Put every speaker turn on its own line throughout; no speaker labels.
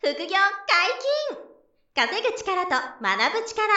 副業解禁！稼ぐ力と学ぶ力。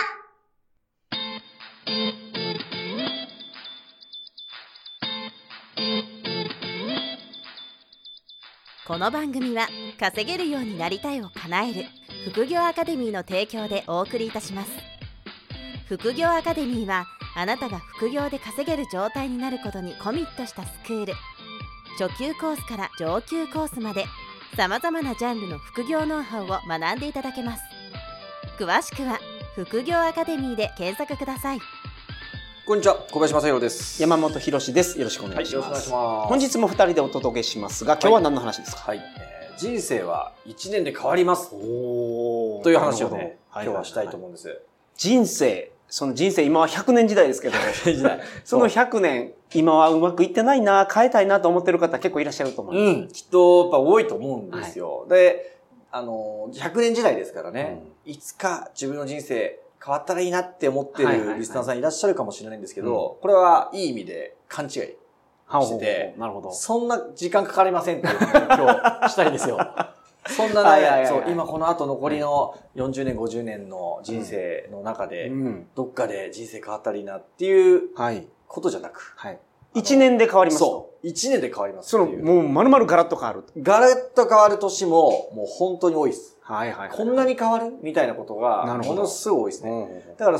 この番組は稼げるようになりたいを叶える副業アカデミーの提供でお送りいたします。副業アカデミーはあなたが副業で稼げる状態になることにコミットしたスクール。初級コースから上級コースまでさまざまなジャンルの副業ノウハウを学んでいただけます。詳しくは副業アカデミーで検索ください。
こんにちは、小林正弘です。
山本博です。よろしくお願いします。
はい、よろしくお願いします。
本日も2人でお届けしますが、今日は何の話ですか？
はい、人生は1年で変わりますという話をね、今日はしたいと思うんです。
人生、その人生今は100年時代ですけど、その100年、今はうまくいってないな、変えたいなと思ってる方結構いらっしゃると思います。
きっとやっぱ多いと思うんですよ。で、100年時代ですからね、いつか自分の人生変わったらいいなって思ってるリスナーさんいらっしゃるかもしれないんですけど、これはいい意味で勘違いしてて、
なるほど。
そんな時間かかりませんっていう話を今日したいんですよ。そんなね、そう、今この後残りの40年、50年の人生の中で、どっかで人生変わったらいいなっていうことじゃなく、
1年で変わりますと。
そう。1年で変わります。
もう丸々ガラッと変わる。
ガラッと変わる年も、もう本当に多いです。こんなに変わるみたいなことが、ものすごい多いですね。だから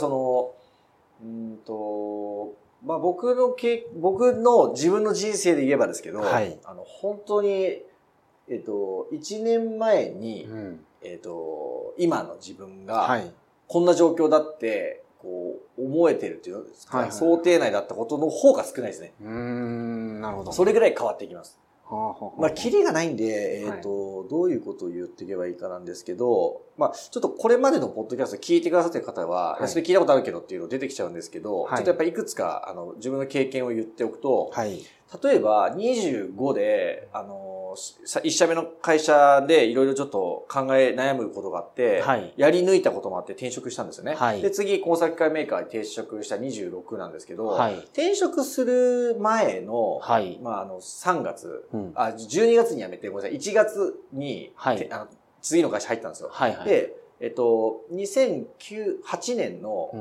まあ、僕の自分の人生で言えばですけど、本当に、1年前に、今の自分が、こんな状況だって、こう、思えてるっていうの、想定内だったことの方が少ないですね。
なるほど。
それぐらい変わっていきます。まあ、キリがないんで、どういうことを言っていけばいいかなんですけど、まあ、ちょっとこれまでのポッドキャスト聞いてくださってる方は、それ聞いたことあるけどっていうの出てきちゃうんですけど、ちょっとやっぱりいくつか、自分の経験を言っておくと、例えば25で、一社目の会社でいろいろちょっと考え悩むことがあって、やり抜いたこともあって転職したんですよね。で、次、工作機械メーカーに転職した26なんですけど、転職する前の、まあ、3月、12月に辞めて、ごめんなさい、1月に、次の会社入ったんですよ。で、2008年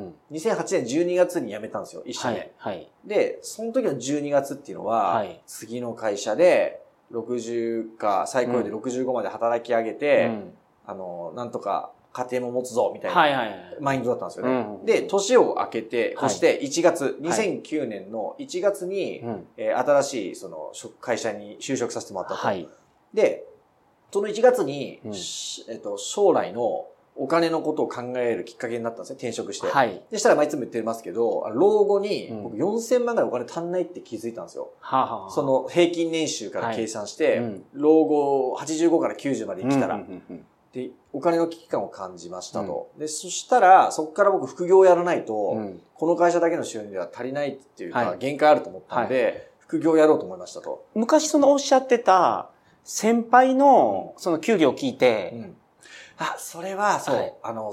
12月に辞めたんですよ、一社目。で、その時の12月っていうのは、次の会社で、60か、最高で65まで働き上げて、なんとか家庭も持つぞ、みたいなマインドだったんですよね。で、年を明けて、そして1月、2009年の1月に、新しい、会社に就職させてもらったと。で、その1月に、将来のお金のことを考えるきっかけになったんですね、転職して。でしたら、いつも言ってますけど、老後に僕4000万ぐらいお金足んないって気づいたんですよ。その平均年収から計算して、老後85から90まで生きたら、で、お金の危機感を感じましたと。で、そしたら、そこから僕副業をやらないと、この会社だけの収入では足りないっていうか、限界あると思ったので、副業をやろうと思いましたと。
昔おっしゃってた、先輩の、給料を聞いて、
それは、そう、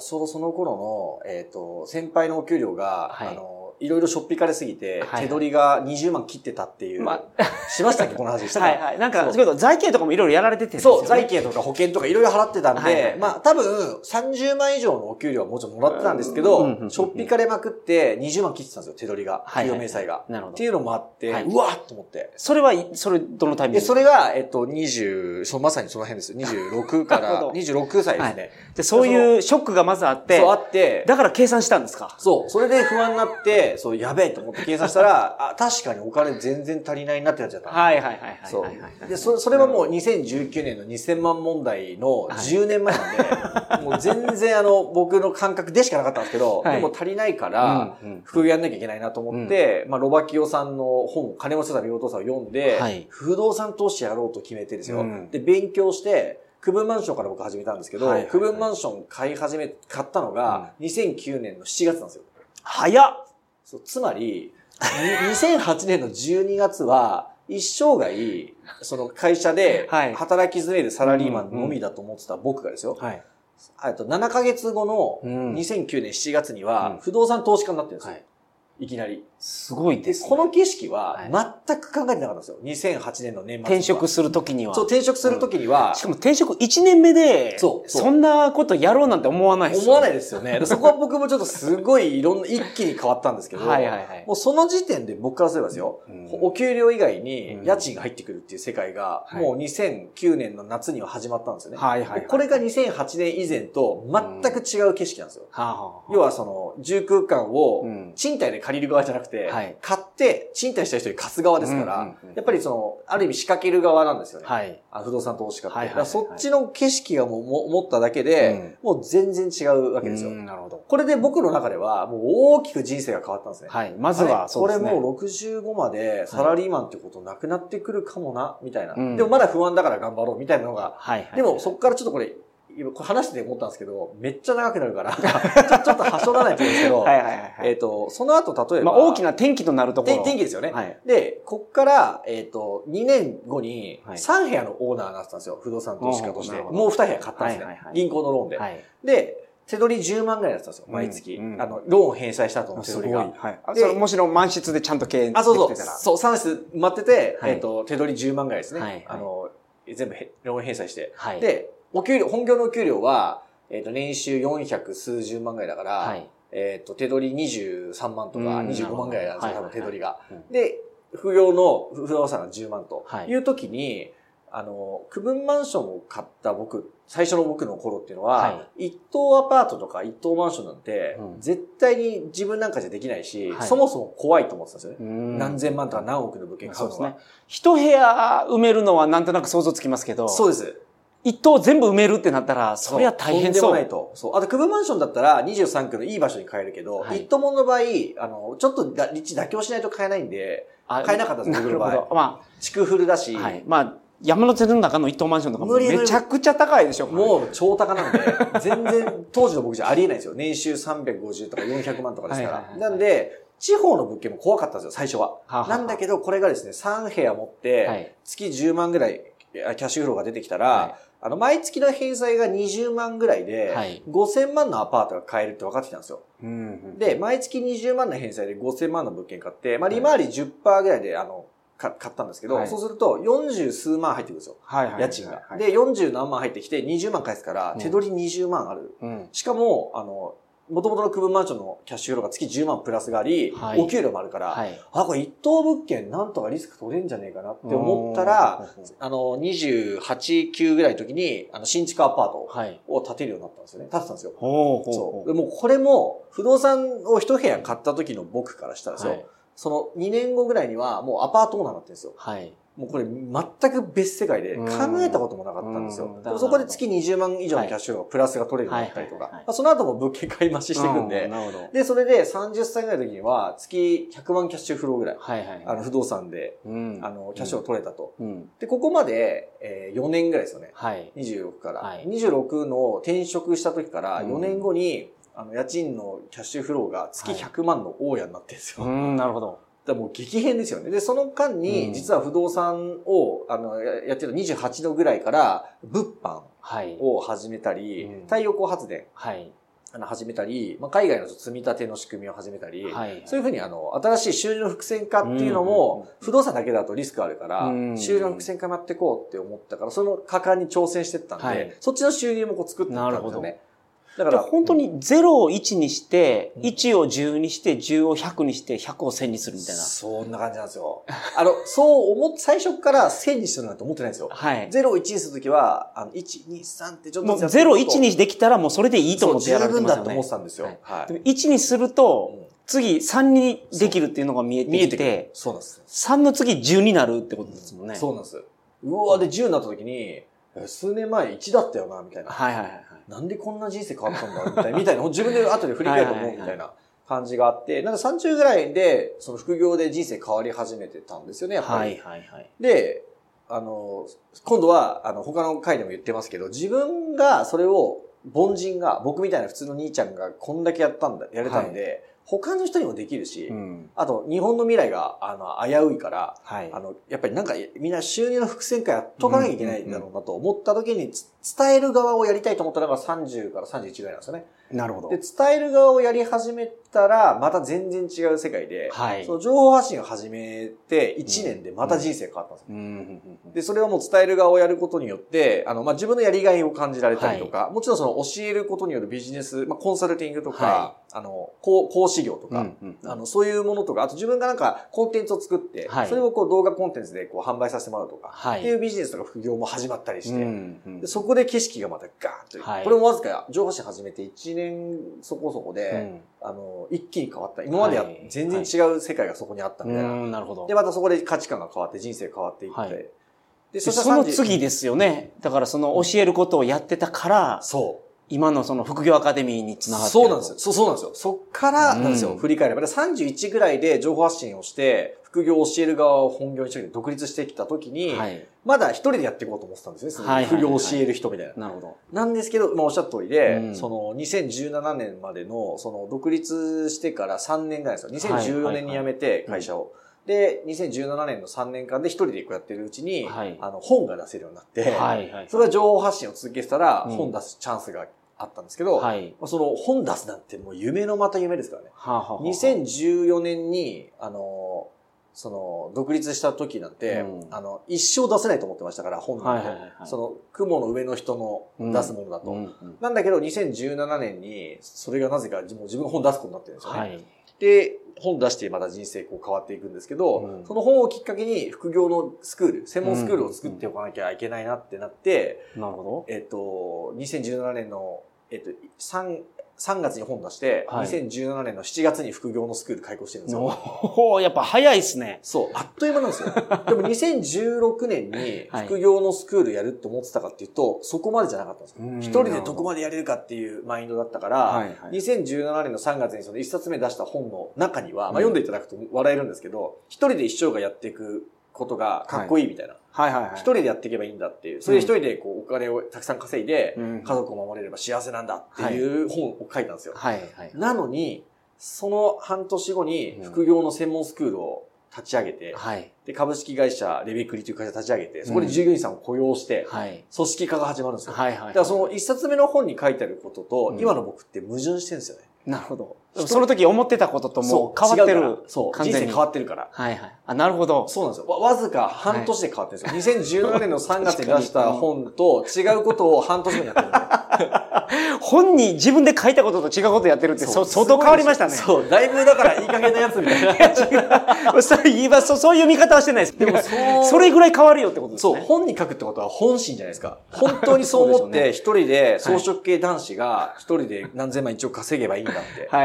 その頃の、先輩のお給料が、いろいろしょっぴかれすぎて、手取りが20万切ってたっていう、しましたっけこの話したか
なんか、財形とかもいろいろやられてて、
そう、財形とか保険とかいろいろ払ってたんで、まあ、多分、30万以上のお給料はもちろんもらってたんですけど、しょっぴかれまくって20万切ってたんですよ、手取りが。給与明細が。っていうのもあって、うわーっと思って。
それ、どのタイミング
それが、まさにその辺ですよ。26から26歳ですね。
で、そういうショックがまずあって、
そうあって、
だから計算したんですか？
そう。それで不安になって、そう、やべえと思って計算したら、確かにお金全然足りないなってなっちゃった。そう。で、それはもう2019年の2000万問題の10年前なんで、もう全然僕の感覚でしかなかったんですけど、でも足りないから、副業やんなきゃいけないなと思って、まあ、ロバキオさんの本、金持ちさん見事さを読んで、不動産投資やろうと決めてですよ。で、勉強して、区分マンションから僕始めたんですけど、区分マンション買ったのが2009年の7月なんですよ。
早っ！
そう、つまり、2008年の12月は、一生涯、その会社で働き詰めるサラリーマンのみだと思ってた僕がですよ。7ヶ月後の2009年7月には不動産投資家になってるんですよ。 いきなり。
すごいですね。
この景色は全く考えてなかったんですよ。2008年の年末。
転職するときには。
そう、転職するときには。
しかも転職1年目で、そんなことやろうなんて思わないですよね。
思わないですよね。そこは僕もちょっとすごいいろんな、一気に変わったんですけど、もうその時点で僕からすればですよ、お給料以外に家賃が入ってくるっていう世界が、もう2009年の夏には始まったんですよね。これが2008年以前と全く違う景色なんですよ。要はその、住空間を賃貸で借りる側じゃなくて、買って賃貸した人に貸す側ですから、やっぱりその、ある意味仕掛ける側なんですよね。不動産投資家って。そっちの景色がもう思っただけで、もう全然違うわけですよ。
なるほど。
これで僕の中ではもう大きく人生が変わったんですね。
はい。まずはそうですね。
これもう65までサラリーマンってことなくなってくるかもな、みたいな。でもまだ不安だから頑張ろう、みたいなのが。でもそっからちょっとこれ話してて思ったんですけど、めっちゃ長くなるから、ちょっとはしょらないと思うんですけど、その後例えば。
大きな転機となるところ。
転機ですよね。で、こっから、2年後に3部屋のオーナーになってたんですよ。不動産投資家として。もう2部屋買ったんですね。銀行のローンで。で、手取り10万ぐらいだったんですよ、毎月。ローン返済した後の手取りが。
それもちろん満室でちゃんと経営できてたら。
そう、3室埋まってて、手取り10万ぐらいですね。全部ローン返済して。で、本業のお給料は、年収400数十万ぐらいだから、手取り23万とか25万ぐらいなんですよ、多分手取りが。で、副業の不動産が10万という時に、区分マンションを買った最初の僕の頃っていうのは、一棟アパートとか一棟マンションなんて、絶対に自分なんかじゃできないし、そもそも怖いと思ってたんですよね。何千万とか何億の物件買うのは。
一部屋埋めるのはなんとなく想像つきますけど、
そうです。
一棟全部埋めるってなったら、そりゃ大変そう。
とんでもないと。そう。あと、区分マンションだったら23区のいい場所に買えるけど、一棟もの場合、ちょっと立地妥協しないと買えないんで、買えなかったんです、僕の場合。まあ、地区フルだし。
まあ、山手の中の一棟マンションとかもめちゃくちゃ高いでしょ。
もう超高なんで、全然当時の僕じゃありえないんですよ。年収350とか400万とかですから。なんで、地方の物件も怖かったんですよ、最初は。なんだけど、これがですね、3部屋持って、月10万ぐらいキャッシュフローが出てきたら、毎月の返済が20万ぐらいで、5000万のアパートが買えるって分かってきたんですよ。で、毎月20万の返済で5000万の物件買って、まあ利回り 10% ぐらいで、買ったんですけど、そうすると40数万入ってくるんですよ。家賃が。で、40何万入ってきて20万返すから、手取り20万ある。しかも、元々の区分マンションのキャッシュフローが月10万プラスがあり、お給料もあるから、これ一棟物件なんとかリスク取れんじゃねえかなって思ったら、28、9ぐらいの時に、新築アパートを建てるようになったんですよね。建てたんですよ。そう。でもこれも、不動産を一部屋買った時の僕からしたらですよ、その2年後ぐらいにはもうアパートオーナーになってるんですよ。もうこれ全く別世界で考えたこともなかったんですよ。そこで月20万以上のキャッシュフロープラスが取れるようになったりとか、その後も物件買い増ししていくんで、で、それで30歳ぐらいの時には月100万キャッシュフローぐらい、不動産で、キャッシュを取れたと。で、ここまで、4年ぐらいですよね。26から。26の転職した時から4年後に、家賃のキャッシュフローが月100万の大家になってるんですよ。
なるほど。
もう激変ですよね。で、その間に、実は不動産を、やってた28度ぐらいから、物販を始めたり、太陽光発電、始めたり、海外の積み立ての仕組みを始めたり、そういうふうに新しい収入の伏線化っていうのも、不動産だけだとリスクあるから、収入の伏線化やっていこうって思ったから、その果敢に挑戦してったんで、そっちの収入も作っていったんですよね。
だから本当に0を1にして、1を10にして、10を100にして、100を1000にするみたいな。
そんな感じなんですよ。最初から1000にするなんて思ってないんですよ。0を1にするときは、1、2、3ってちょっとずつ
0、1にできたらもうそれでいいと思ってやられてますよね。
十分だと思ってたんですよ。
でも1にすると、次3にできるっていうのが見えてきて、
そうなんです。
3の次10になるってことですもんね。
そうなんです。うわで10になったときに、数年前1だったよな、みたいな。なんでこんな人生変わったんだみたいな。自分で後で振り返ると思うみたいな感じがあって、なんか30ぐらいで、その副業で人生変わり始めてたんですよね、やっぱり。で、今度は、他の回でも言ってますけど、自分がそれを、僕みたいな普通の兄ちゃんがこんだけやれたんで、 他の人にもできるし、あと日本の未来が危ういから、やっぱりなんかみんな収入の伏線回やっとかなきゃいけないんだろうなと思った時に、伝える側をやりたいと思ったのが30から31ぐらいなんですよね。
なるほど。
で、伝える側をやり始めたら、また全然違う世界で、その情報発信を始めて1年でまた人生変わったんですよ。で、それはもう伝える側をやることによって、自分のやりがいを感じられたりとか、もちろんその教えることによるビジネス、コンサルティングとか、講師業とか、そういうものとか、あと自分がなんかコンテンツを作って、それをこう動画コンテンツでこう販売させてもらうとか、っていうビジネスとか副業も始まったりして、でそこで景色がまたガーッと、これもわずか情報発信始めて1年そこそこで、一気に変わった。今までは全然違う世界がそこにあったみたいな。
なるほど。
で、またそこで価値観が変わって人生変わっていって、
で、その次ですよね。だからその教えることをやってたから、今のその副業アカデミーにつながってる。
そうなんですよ。そうなんですよ。そっからなんですよ。振り返れば。31ぐらいで情報発信をして、副業を教える側を本業にして独立してきた時に、まだ一人でやっていこうと思ってたんですね。副業を教える人みたいな。
なるほど。
なんですけど、おっしゃった通りで、その2017年までの、その独立してから3年ぐらいですよ。2014年に辞めて会社を。で、2017年の3年間で一人でやってるうちに、本が出せるようになって、それは情報発信を続けてたら、本出すチャンスがあったんですけど、その本出すなんてもう夢のまた夢ですからね。2014年に、その、独立した時なんて、一生出せないと思ってましたから、本なんて。その、雲の上の人の出すものだと。なんだけど、2017年に、それがなぜかもう自分が本出すことになってるんですよね。で、本出してまた人生こう変わっていくんですけど、その本をきっかけに副業のスクール、専門スクールを作っておかなきゃいけないなってなって、
なるほ
ど。2017年の、3月に本出して、2017年の7月に副業のスクール開講してるんですよ。
やっぱ早いですね。
そう、あっという間なんですよ。でも2016年に副業のスクールやるって思ってたかっていうと、そこまでじゃなかったんですよ。一人でどこまでやれるかっていうマインドだったから、2017年の3月にその1冊目出した本の中には、読んでいただくと笑えるんですけど、一人で一生がやっていくことがかっこいいみたいな。一人でやっていけばいいんだっていう。それで一人でこうお金をたくさん稼いで、家族を守れれば幸せなんだっていう本を書いたんですよ。なのに、その半年後に副業の専門スクールを立ち上げて、で、株式会社レビクリという会社を立ち上げて、そこで従業員さんを雇用して、組織化が始まるんですよ。だからその一冊目の本に書いてあることと、今の僕って矛盾してるんですよね。
なるほど。その時思ってたこととも変わってる。
そう。人生変わってるから。
なるほど。
そうなんですよ。わずか半年で変わってるんですよ。2017年の3月に出した本と違うことを半年後にやってるんで。
本に自分で書いたことと違うことやってるって相当変わりましたね。
そう。だいぶだからいい加減なやつみたいな。
違う。そういう見方はしてないです。でもそれぐらい変わるよってことですね。
そう。本に書くってことは本心じゃないですか。本当にそう思って一人で草食系男子が一人で何千万一応稼げばいいんだって。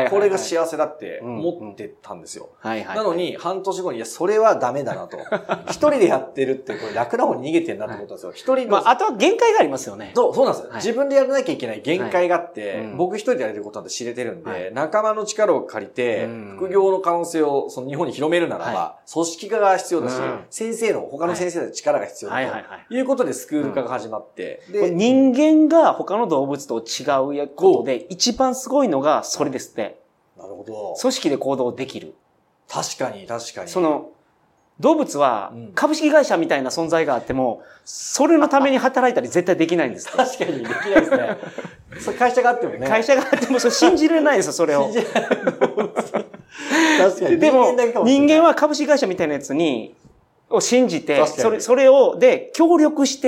これが幸せだって思ってたんですよ。なのに半年後に、いや、それはダメだなと。一人でやってるってこれ楽な方に逃げてるなって思ったんですよ。一人の。
あとは限界がありますよね。
そうなんですよ。自分でやらなきゃいけない限界があって、僕一人でやれることなんて知れてるんで、仲間の力を借りて、副業の可能性をその日本に広めるならば、組織化が必要だし、他の先生の力が必要だということでスクール化が始まって、
で人間が他の動物と違うことで、一番すごいのがそれですって。
なるほど。
組織で行動できる。
確かに。
その、動物は株式会社みたいな存在があっても、それのために働いたり絶対できないんです。
確かにできないですね。それ会社があってもね。
会社があっても信じれないですよ、それを。
信じれない。確かに。
でも、人間は株式会社みたいなやつを信じて、それを、で、協力して、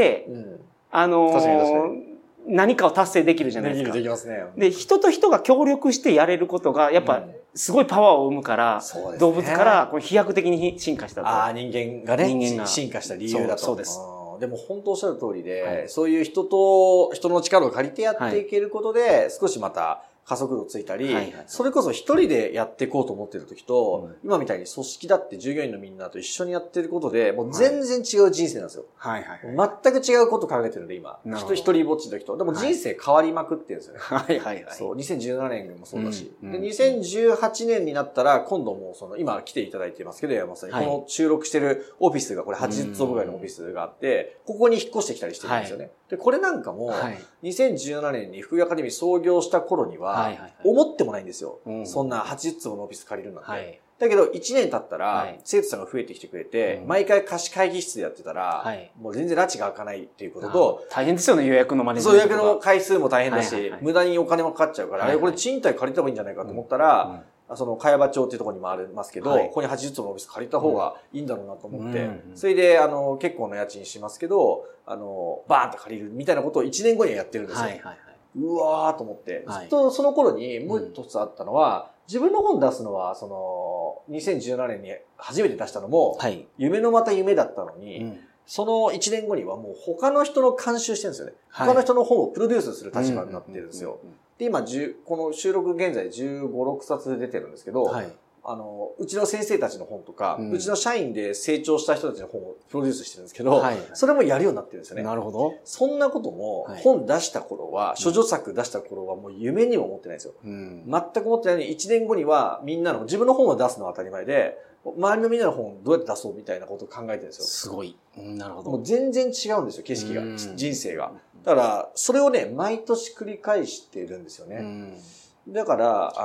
何かを達成できるじゃないですか。
できますね。
で、人と人が協力してやれることが、やっぱ、すごいパワーを生むから、動物から飛躍的に進化したと。
人間がね、進化した理由だと。
そうです。
でも本当おっしゃる通りで、そういう人の力を借りてやっていけることで、少しまた、加速度ついたり、それこそ一人でやっていこうと思ってる時と、今みたいに組織だって従業員のみんなと一緒にやってることで、もう全然違う人生なんですよ。全く違うこと考えてるんで、今。一人ぼっちの時と。でも人生変わりまくってるんですよね。そう、2017年もそうだし。で、2018年になったら、今度も今来ていただいてますけど、山本さんに、この収録してるオフィスが、これ80坪ぐらいのオフィスがあって、ここに引っ越してきたりしてるんですよね。で、これなんかも、2017年に副業アカデミー創業した頃には、 か、思ってもないんですよ。そんな80坪のオフィス借りるなんて。だけど、1年経ったら、生徒さんが増えてきてくれて、毎回貸し会議室でやってたら、もう全然拉致が開かないっていうことと、
大変ですよね、予約のマネジメント。
そう、予約の回数も大変だし、無駄にお金もかかっちゃうから、これ賃貸借りた方がいいんじゃないかと思ったら、その、茅場町っていうところにもありますけど、ここに80坪のオフィス借りた方がいいんだろうなと思って、それで、結構な家賃しますけど、バーンと借りるみたいなことを1年後にはやってるんですよ。うわーと思って、ずっとその頃にもう一つあったのは、自分の本出すのは、2017年に初めて出したのも、夢のまた夢だったのに、その1年後にはもう他の人の監修してるんですよね。他の人の本をプロデュースする立場になってるんですよ。で、今、この収録現在15、6冊出てるんですけど、うちの先生たちの本とか、うちの社員で成長した人たちの本をプロデュースしてるんですけど、それもやるようになってるんですよね。
なるほど。
そんなことも、本出した頃は、処女作出した頃はもう夢にも思ってないんですよ。全く思ってないのに、1年後にはみんなの、自分の本を出すのは当たり前で、周りのみんなの本どうやって出そうみたいなことを考えてるんですよ。
すごい。なるほど。
もう全然違うんですよ、景色が、人生が。だから、それをね、毎年繰り返してるんですよね。だから、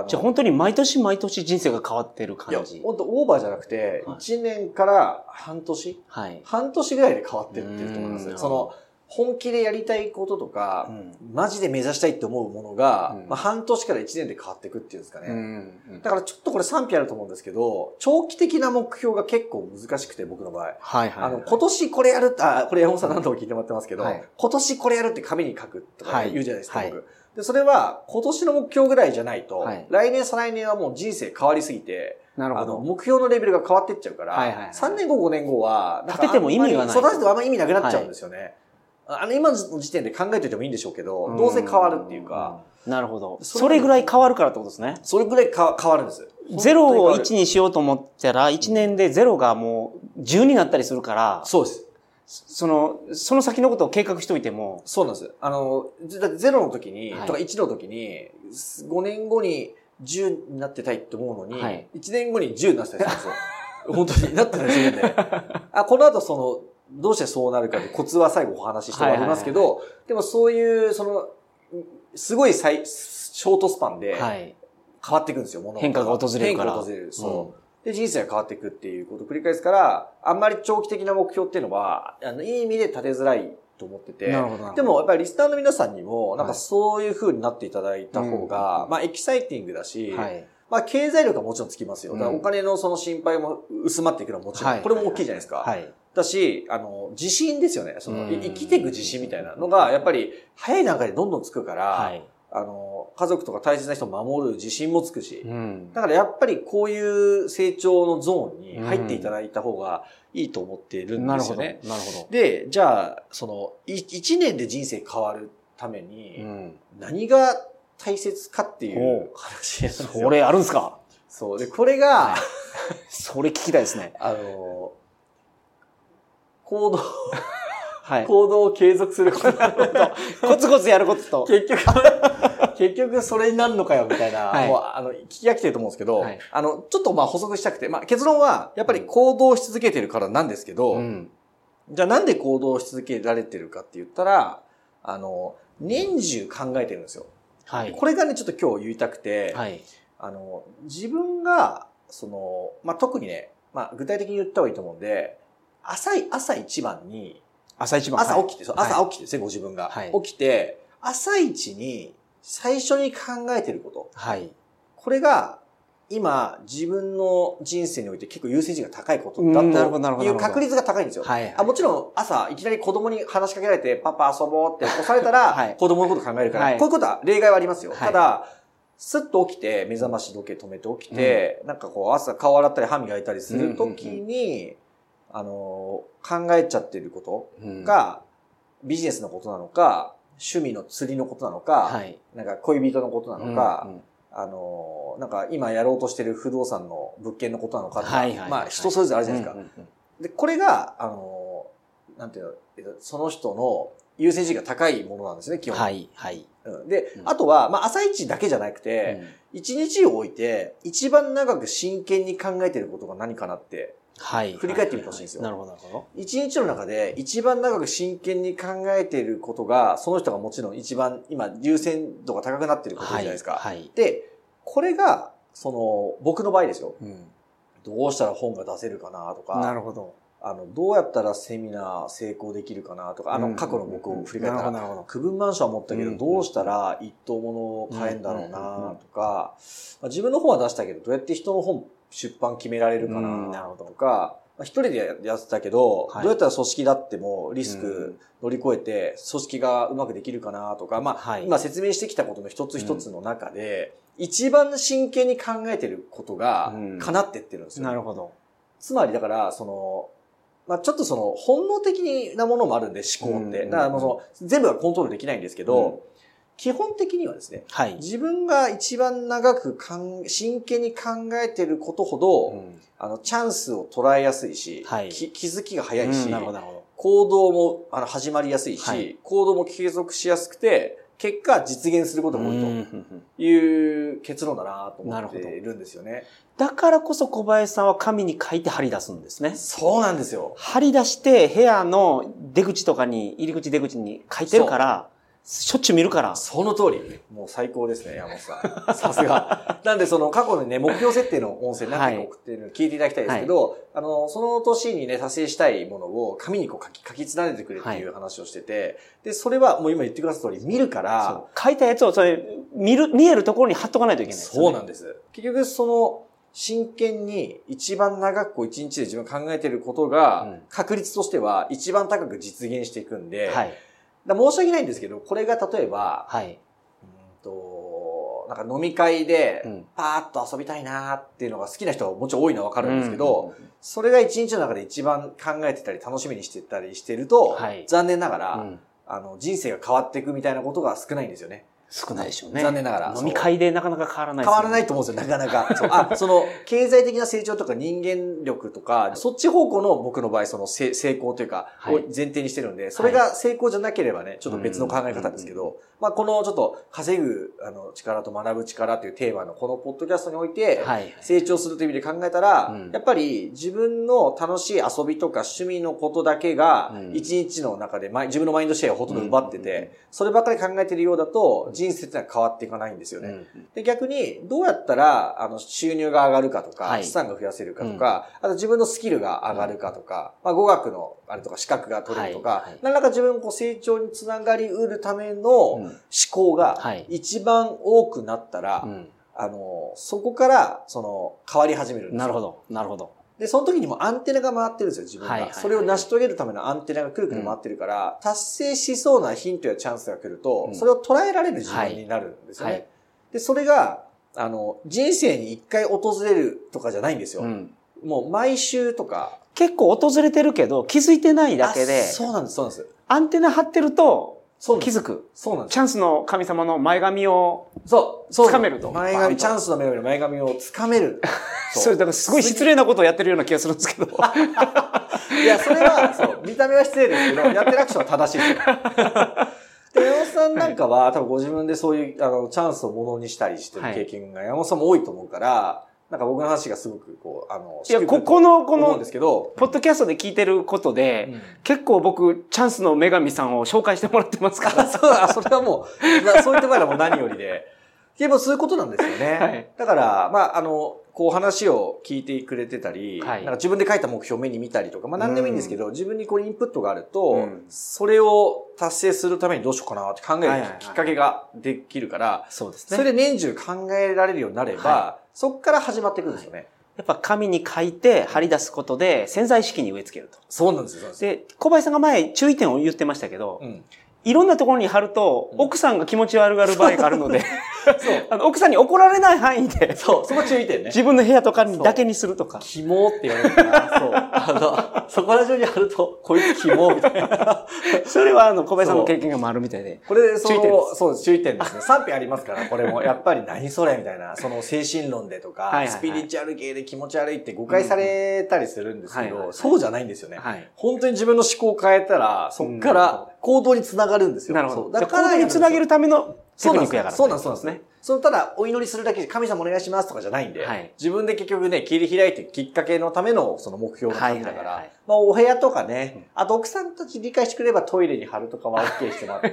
じゃあ本当に毎年毎年人生が変わってる感じ。
いや、本当オーバーじゃなくて、1年から半年、半年ぐらいで変わってってると思います。その、本気でやりたいこととか、マジで目指したいって思うものが、半年から1年で変わっていくっていうんですかね。だからちょっとこれ賛否あると思うんですけど、長期的な目標が結構難しくて、僕の場合。今年これやるこれ山本さん何度も聞いてもらってますけど、今年これやるって紙に書くとか言うじゃないですか、僕。で、それは今年の目標ぐらいじゃないと、来年再来年はもう人生変わりすぎて、目標のレベルが変わっていっちゃうから、3年後5年後は、
立てても意味がない。
育ててもあんま意味なくなっちゃうんですよね。今の時点で考えておいてもいいんでしょうけど、どうせ変わるっていうか。
なるほど。それぐらい変わるからってことですね。
それぐらい変わるんです。
0を1にしようと思ったら、1年で0がもう10になったりするから。
そうです。
その先のことを計画しておいても。
そうなんです。だって0の時に、とか1の時に、5年後に10になってたいって思うのに、1年後に10になってたりするんですよ。本当になってたりするんで。この後どうしてそうなるかでコツは最後お話しして終わりますけど、でもそういう、すごいショートスパンで変わっていくんですよ、
変化が訪れるから。
変化が訪れる。そう。で、人生が変わっていくっていうことを繰り返すから、あんまり長期的な目標っていうのは、いい意味で立てづらいと思ってて。でも、やっぱりリスナーの皆さんにも、なんかそういう風になっていただいた方が、エキサイティングだし、経済力はもちろんつきますよ。だからお金のその心配も薄まっていくのはもちろん、これも大きいじゃないですか。だし、自信ですよね。生きていく自信みたいなのが、やっぱり早い段階でどんどんつくから、家族とか大切な人を守る自信もつくし、だからやっぱりこういう成長のゾーンに入っていただいた方がいいと思っているんですよね。
なるほど。
で、じゃあ、1年で人生変わるために、何が大切かっていう話なんですよ。
それあるんですか？
そう。で、これが、
それ聞きたいですね。
行動を継続すること。
コツコツやることと。
結局それになるのかよ、みたいな、もう、聞きが来てると思うんですけど、ちょっと補足したくて、結論は、やっぱり行動し続けてるからなんですけど、じゃあなんで行動し続けられてるかって言ったら、年中考えてるんですよ。これがね、ちょっと今日言いたくて、自分が、特にね、具体的に言った方がいいと思うんで、朝一番に、朝起きてですね、ご自分が。起きて、朝一に最初に考えてること。これが、今、自分の人生において結構優先順位が高いことだという確率が高いんですよ。もちろん、朝、いきなり子供に話しかけられて、パパ遊ぼうって起こされたら、子供のこと考えるから、こういうことは例外はありますよ。ただ、スッと起きて、目覚まし時計止めて起きて、なんか朝顔洗ったり歯磨いたりするときに、考えちゃってることが、ビジネスのことなのか、趣味の釣りのことなのか、なんか恋人のことなのか、なんか今やろうとしてる不動産の物件のことなのかとか、人それぞれあるじゃないですか。で、これが、なんていうの、その人の優先順位が高いものなんですね、基本。で、あとは、朝一だけじゃなくて、一日を置いて、一番長く真剣に考えてることが何かなって振り返ってみてほしいんですよ。
なるほど、なるほど。
一日の中で一番長く真剣に考えていることが、その人がもちろん一番今優先度が高くなっていることじゃないですか。で、これが、僕の場合ですよ。どうしたら本が出せるかなとか。
なるほど。
どうやったらセミナー成功できるかなとか、過去の僕を振り返ったら、区分マンションは持ったけど、どうしたら一等物を買えんだろうなとか、自分の本は出したけど、どうやって人の本出版決められるかなとか、一人でやってたけど、どうやったら組織だってもリスク乗り越えて、組織がうまくできるかなとか、今説明してきたことの一つ一つの中で、一番真剣に考えてることが叶ってってるんですよ。
なるほど。
つまりだから、ちょっと本能的なものもあるんで、思考って。だから全部はコントロールできないんですけど、基本的にはですね、自分が一番長く真剣に考えていることほど、チャンスを捉えやすいし、気づきが早いし、行動も始まりやすいし、行動も継続しやすくて、結果実現することが多いという結論だなと思っているんですよね。
だからこそ小林さんは紙に書いて貼り出すんですね。
そうなんですよ。
貼り出して部屋の出口とかに、入り口出口に書いてるから、しょっちゅう見るから。
その通り。もう最高ですね、山本さん。さすが。なんで過去のね、目標設定の音声何回か送ってるの聞いていただきたいですけど、その年にね、達成したいものを紙に書き連ねてくれっていう話をしてて、で、それはもう今言ってくださった通り見るから、
書いたやつを見えるところに貼っとかないといけないですよね。
そうなんです。結局真剣に一番長く一日で自分が考えていることが、確率としては一番高く実現していくんで、申し訳ないんですけど、これが例えば、なんか飲み会で、パーッと遊びたいなっていうのが好きな人はもちろん多いのはわかるんですけど、それが一日の中で一番考えてたり楽しみにしてたりしてると、残念ながら、人生が変わっていくみたいなことが少ないんですよね。
少ないでしょうね。
残念ながら。
飲み会でなかなか変わらないです
ね。変わらないと思うんですよ、なかなか。経済的な成長とか人間力とか、そっち方向の僕の場合、成功というか、を前提にしてるんで、それが成功じゃなければね、ちょっと別の考え方ですけど、このちょっと稼ぐ力と学ぶ力というテーマのこのポッドキャストにおいて、成長するという意味で考えたら、やっぱり自分の楽しい遊びとか趣味のことだけが、一日の中で自分のマインドシェアをほとんど奪ってて、そればっかり考えてるようだと、人生ってのは変わっていかないんですよね。で、逆に、どうやったら、収入が上がるかとか、資産が増やせるかとか、あと自分のスキルが上がるかとか、語学のあれとか資格が取れるとか、何らか自分の成長につながり得るための思考が一番多くなったら、そこから変わり始めるんですよ。
なるほど、なるほど。
で、その時にもアンテナが回ってるんですよ、自分が。それを成し遂げるためのアンテナがくるくる回ってるから、達成しそうなヒントやチャンスが来ると、それを捉えられる自分になるんですよね。で、それが、人生に一回訪れるとかじゃないんですよ。もう毎週とか。
結構訪れてるけど、気づいてないだけで。
そうなんです、そうなんです。
アンテナ張ってると、気づく。
そうなんです。
チャンスの神様の前髪を、掴めると。
チャンスの女神の前髪を掴める。
それ、だからすごい失礼なことをやってるような気がするんですけど。
いや、それは、見た目は失礼ですけど、やってるアクションは正しいですよ。で、山本さんなんかは、多分ご自分でそういう、チャンスをものにしたりしてる経験が山本さんも多いと思うから、なんか僕の話がすごく
いや、この、ポッドキャストで聞いてることで、結構僕、チャンスの女神さんを紹介してもらってますから。
それはもう、そういった場合はもう何よりで。でもそういうことなんですよね。だから、話を聞いてくれてたり、なんか自分で書いた目標を目に見たりとか、何でもいいんですけど、自分にインプットがあると、それを達成するためにどうしようかなって考えるきっかけができるから、それで年中考えられるようになれば、そこから始まっていくんですよね。
やっぱ紙に書いて貼り出すことで潜在意識に植え付けると。
そうなんですよ。
で、小林さんが前注意点を言ってましたけど、いろんなところに貼ると、奥さんが気持ち悪がる場合があるので、奥さんに怒られない範囲で、
そこ注意点ね。
自分の部屋とかにだけにするとか。
キモって言われるから、そこら中に貼ると、こいつキモみたいな。
それは小林さんの経験があるみたいで。
これ、注意点です。そうです、注意点ですね。3品ありますから、これも。やっぱり何それみたいな、精神論でとか、スピリチュアル系で気持ち悪いって誤解されたりするんですけど、そうじゃないんですよね。本当に自分の思考を変えたら、そこから行動につながるんですよ。
なるほど。だから行動につなげるためのテクニックやから。
そうなんですね。ただ、お祈りするだけで神様お願いしますとかじゃないんで、自分で結局ね、切り開いてきっかけのためのその目標のためだから、まあ、お部屋とかね、あと奥さんたち理解してくれればトイレに貼るとかは OK してもらって、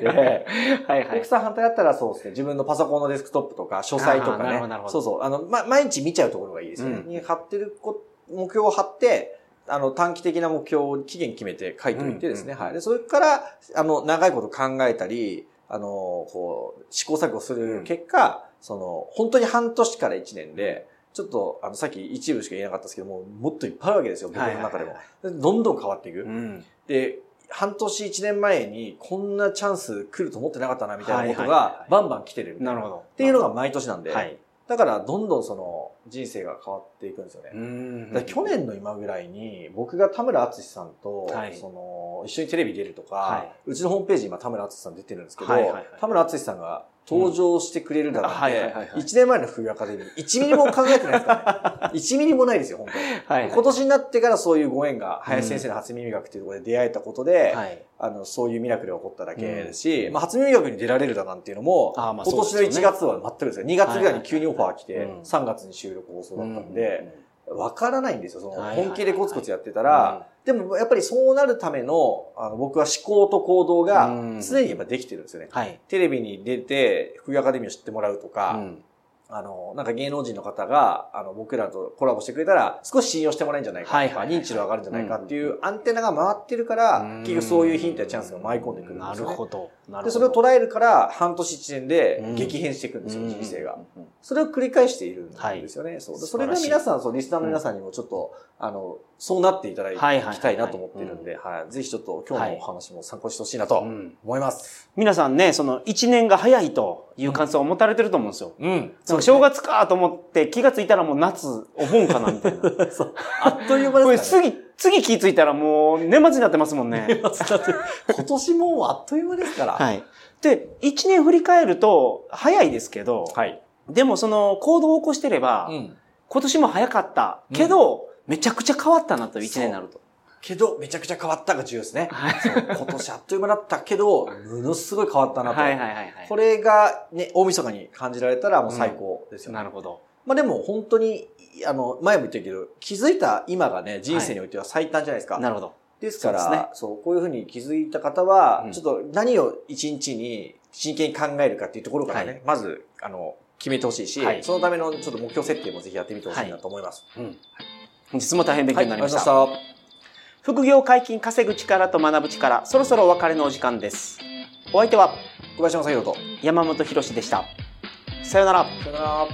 奥さん反対だったらそうですね、自分のパソコンのデスクトップとか、書斎とかね、毎日見ちゃうところがいいですね。に貼ってる目標を貼って、短期的な目標を期限決めて書いておいてですね。で、それから、長いこと考えたり、試行錯誤する結果、本当に半年から1年で、ちょっと、さっき一部しか言えなかったですけども、もっといっぱいあるわけですよ、僕の中でも。どんどん変わっていく。で、半年1年前にこんなチャンス来ると思ってなかったな、みたいなことがバンバン来てるみたいな。なるほど。っていうのが毎年なんで、だからどんどん人生が変わっていくんですよね。去年の今ぐらいに僕が田村淳さんと、一緒にテレビ出るとか、うちのホームページ今田村淳さん出てるんですけど、田村淳さんが登場してくれるだなんて、1年前の副業アカデミー、1ミリも考えてないですからね。1ミリもないですよ、本当に。今年になってからそういうご縁が、林先生の初耳学っていうところで出会えたことで、そういうミラクルが起こっただけですし、初耳学に出られるだなんていうのも、今年の1月は全くですよ。2月ぐらいに急にオファー来て、3月に収録放送だったんで、わからないんですよ。本気でコツコツやってたら、でもやっぱりそうなるための、僕は思考と行動が常にやっぱできてるんですよね。テレビに出て、副業アカデミーを知ってもらうとか、なんか芸能人の方が、僕らとコラボしてくれたら、少し信用してもらえるんじゃないかとか、認知度上がるんじゃないかっていうアンテナが回ってるから、結局そういうヒントやチャンスが舞い込んでくるんですよね。なるほど。で、それを捉えるから、半年1年で激変していくんですよ、人生が。それを繰り返しているんですよね。それが皆さん、リスナーの皆さんにもちょっと、そうなっていただきたいなと思っているんで、ぜひちょっと今日のお話も参考にしてほしいなと思います。
皆さんね、1年が早いという感想を持たれてると思うんですよ。正月かと思って気がついたらもう夏、お盆かなみたいな。
あっという間ですね。
次気づいたらもう年末になってますもんね。
年末だって。今年もうあっという間ですから。
で、1年振り返ると早いですけど、でも行動を起こしてれば、今年も早かったけど、めちゃくちゃ変わったなと、1年になると。
けど、めちゃくちゃ変わったが重要ですね。今年あっという間だったけど、ものすごい変わったなと。これがね、大晦日に感じられたらもう最高ですよね。
なるほど。
まあでも本当に、前も言ったけど、気づいた今がね、人生においては最短じゃないですか。
なるほど。
ですから、こういうふうに気づいた方は、ちょっと何を一日に真剣に考えるかっていうところからね、まず、決めてほしいし、そのためのちょっと目標設定もぜひやってみてほしいなと思います。
本日も大変勉強になりました。副業解禁、稼ぐ力と学ぶ力、そろそろお別れのお時間です。お相手は
小林正宏と
山本博でした。さよなら。
さよなら。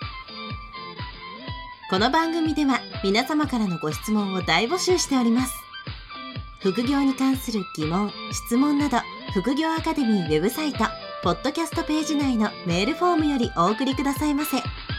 この番組では皆様からのご質問を大募集しております。副業に関する疑問・質問など、副業アカデミーウェブサイト、ポッドキャストページ内のメールフォームよりお送りくださいませ。